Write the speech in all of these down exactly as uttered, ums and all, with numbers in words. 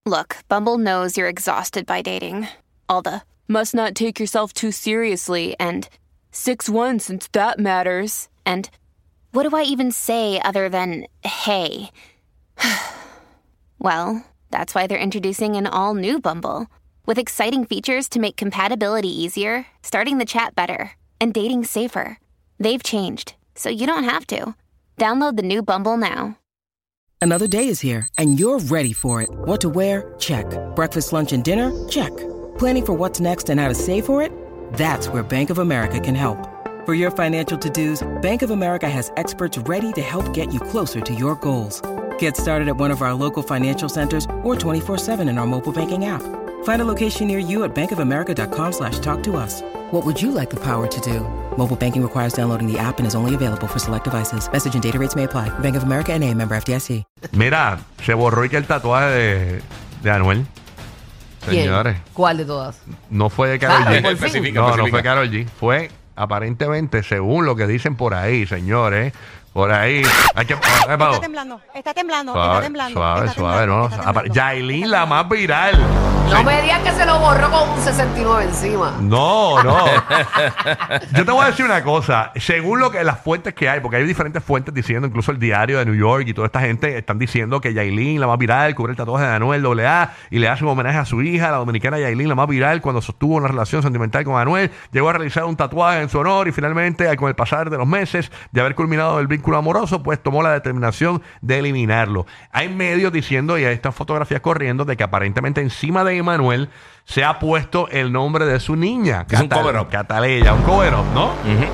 Look, Bumble knows you're exhausted by dating. All the must not take yourself too seriously and six one since that matters. And what do I even say other than hey? Well, that's why they're introducing an all-new Bumble with exciting features to make compatibility easier, starting the chat better, and dating safer. They've changed, so you don't have to. Download the new Bumble now. Another day is here, and you're ready for it. What to wear? Check. Breakfast, lunch, and dinner? Check. Planning for what's next and how to save for it? That's where Bank of America can help. For your financial to-dos, Bank of America has experts ready to help get you closer to your goals. Get started at one of our local financial centers or twenty-four seven in our mobile banking app. Find a location near you at bankofamerica.com slash talk to us. What would you like the power to do? Mobile banking requires downloading the app and is only available for select devices. Message and data rates may apply. Bank of America N A, member F D I C. Mira, se borró y que el tatuaje de, de Anuel. Señores. ¿Cuál de todas? No fue de Karol Claro, G. por fin. Específica, No, no específica. fue Karol G. Fue aparentemente, según lo que dicen por ahí, señores. Por ahí. Hay que, Está temblando, está temblando, suave, está temblando. suave, está suave, temblando, no. está Apa- temblando. Yailin, la más viral. No Sí. me digas que se lo borró con un sesenta y nueve encima. No, no. Yo te voy a decir una cosa. Según lo que las fuentes que hay, porque hay diferentes fuentes diciendo, incluso el diario de New York y toda esta gente están diciendo que Yailin, la más viral, cubre el tatuaje de Anuel doble A y le hace un homenaje a su hija, la dominicana Yailin, la más viral, cuando sostuvo una relación sentimental con Anuel. Llegó a realizar un tatuaje en su honor y finalmente, con el pasar de los meses de haber culminado el vínculo amoroso, pues tomó la determinación de eliminarlo. Hay medios diciendo, y hay estas fotografías corriendo, de que aparentemente encima de Emanuel se ha puesto el nombre de su niña. Es un cover-up. Cataleya, un cover-up, ¿no?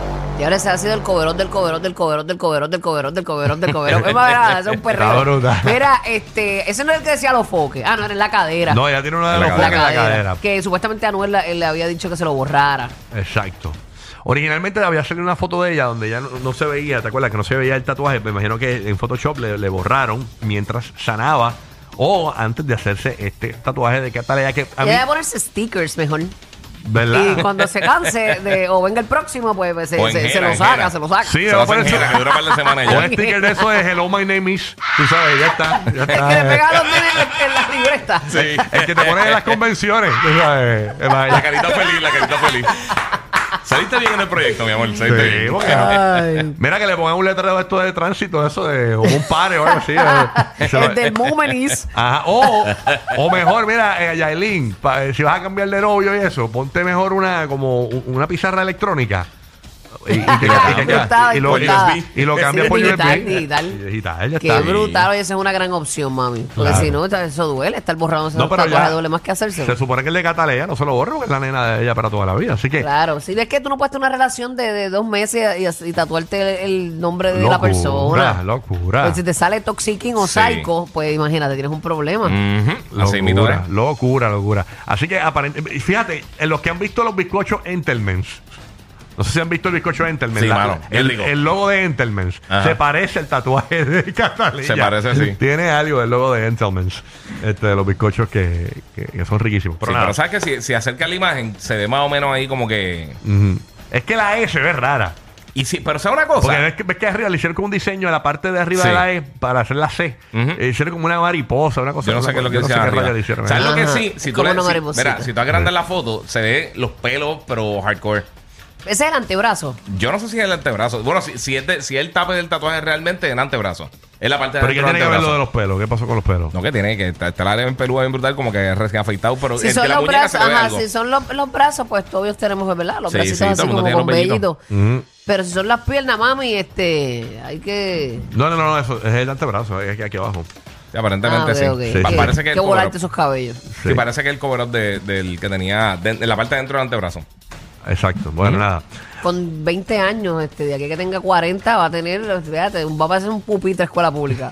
Y ahora se ha sido el coberón del coberón del coberón del coberón del coberón del coberón del coberón. Es más, verdad, es un Está perreo. brutal. Mira, este, ese no es el que decía los foques. Ah, no, era en la cadera. No, ella tiene una de En la los la foques en la cadera. cadera. Que supuestamente Anuel la- él le había dicho que se lo borrara. Exacto. Originalmente había salido una foto de ella donde ella no, no se veía, ¿te acuerdas? Que no se veía el tatuaje. Me imagino que en Photoshop le, le borraron mientras sanaba o antes de hacerse este tatuaje de Cataleya que a Y mí, debe ponerse stickers mejor. ¿verdad? Y cuando se canse de, o venga el próximo, pues, pues, se, O en se- se jera, lo en saca, jera. se lo saca. Sí, Se va va a a hacer poner gira, que dura un par de semanas un ya. sticker de eso de Hello, my name is. Tú sabes, ya está. Ya Es que le está. pega a los nenes en, en la libreta. Sí. El que te ponen en las convenciones. Tú sabes. La carita feliz, la carita feliz. Saliste bien en el proyecto, mi amor. Saliste Sí, bien. porque no. Ay. Mira que le pongan un letrero de esto de tránsito, eso de como un pare o algo así. eh. Se lo- El del Momenis. Ajá. O, o mejor, mira, eh, Yailin, pa- eh, si vas a cambiar de novio y eso, ponte mejor una como u- una pizarra electrónica. Y, y, que- y que- Importada, y lo, y, importada. y lo cambia Sí, por digital, U S B. digital. Y digital, ya Qué está. brutal, oye, esa es una gran opción, mami. Porque Claro. si no, eso duele, estar borrando esos No, pero tatuajes ya duele más que hacerse. se supone que el de Cataleya no se lo borra porque es la nena de ella para toda la vida. Así que Claro, si ves que tú no puedes tener una relación de, de dos meses y, así- y tatuarte el, el nombre de la locura, persona. locura. Pues si te sale Toxiquín o Sí. Psycho, pues imagínate, tienes un problema. Ujú. Así mismo Locura, es. locura, locura. Así que aparentemente, y fíjate, en los que han visto los bizcochos Entelmans, no sé si han visto el bizcocho Entelmans, Sí, la- mano, bien el, rico. el logo de Entelmans, Ajá. se parece al tatuaje de Cataleya. Se parece, sí. Tiene algo del logo de Entelmans, este, de los bizcochos que, que, que son riquísimos. Pero Sí, nada, pero sabes que si, si acerca la imagen, se ve más o menos ahí como que. ujú. Es que la E se ve rara. Y si, pero ¿sabes una cosa? Porque ves que, ves que arriba le hicieron como un diseño en la parte de arriba Sí. de la E para hacer la C. Ujú. Eh, hicieron como una mariposa, una cosa. Yo no sé qué es lo que yo no sé decía qué arriba. rayos le hicieron. ¿Sabes lo que Ajá. sí? Si tú, Como le, una si- mariposita. mira, si tú agrandas la foto, se ve los pelos, pero hardcore. Ese es el antebrazo. Yo no sé si es el antebrazo. Bueno, si, si, es de- si el tape del tatuaje realmente es el antebrazo. Es la parte de Pero ¿qué adentro tiene del que ver lo antebrazo. de los pelos? ¿Qué pasó con los pelos? No, que tiene que estar está la área en peluda bien brutal, como que recién afeitado, pero Si el son de la los muñeca brazos, se le ve ajá, algo. si son los, los brazos, pues todos tenemos, ¿verdad? Los Sí, bracitos sí, todo así el mundo como tiene con los vellitos. vellitos. Ujú. Pero si son las piernas, mami, este, hay que... No, no, no, no, eso es el antebrazo, es aquí, aquí abajo. Sí, aparentemente Ah, sí. ok, ok. Sí. Pa- Que- Parece que que el cover volarte up- esos cabellos. Sí, parece que el cover up de- del que tenía de, de la parte de dentro del antebrazo. Exacto. Bueno, nada. Con veinte años, este, de aquí que tenga cuarenta, va a tener, fíjate, va a pasar un pupitre de escuela pública.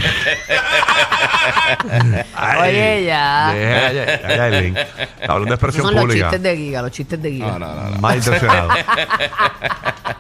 Oye, ya. Deja, ya, ya, ya, Eileen. Hablando de Esos expresión son los pública. chistes de Giga, los chistes de Giga. No, no, no. no. Más intencionado.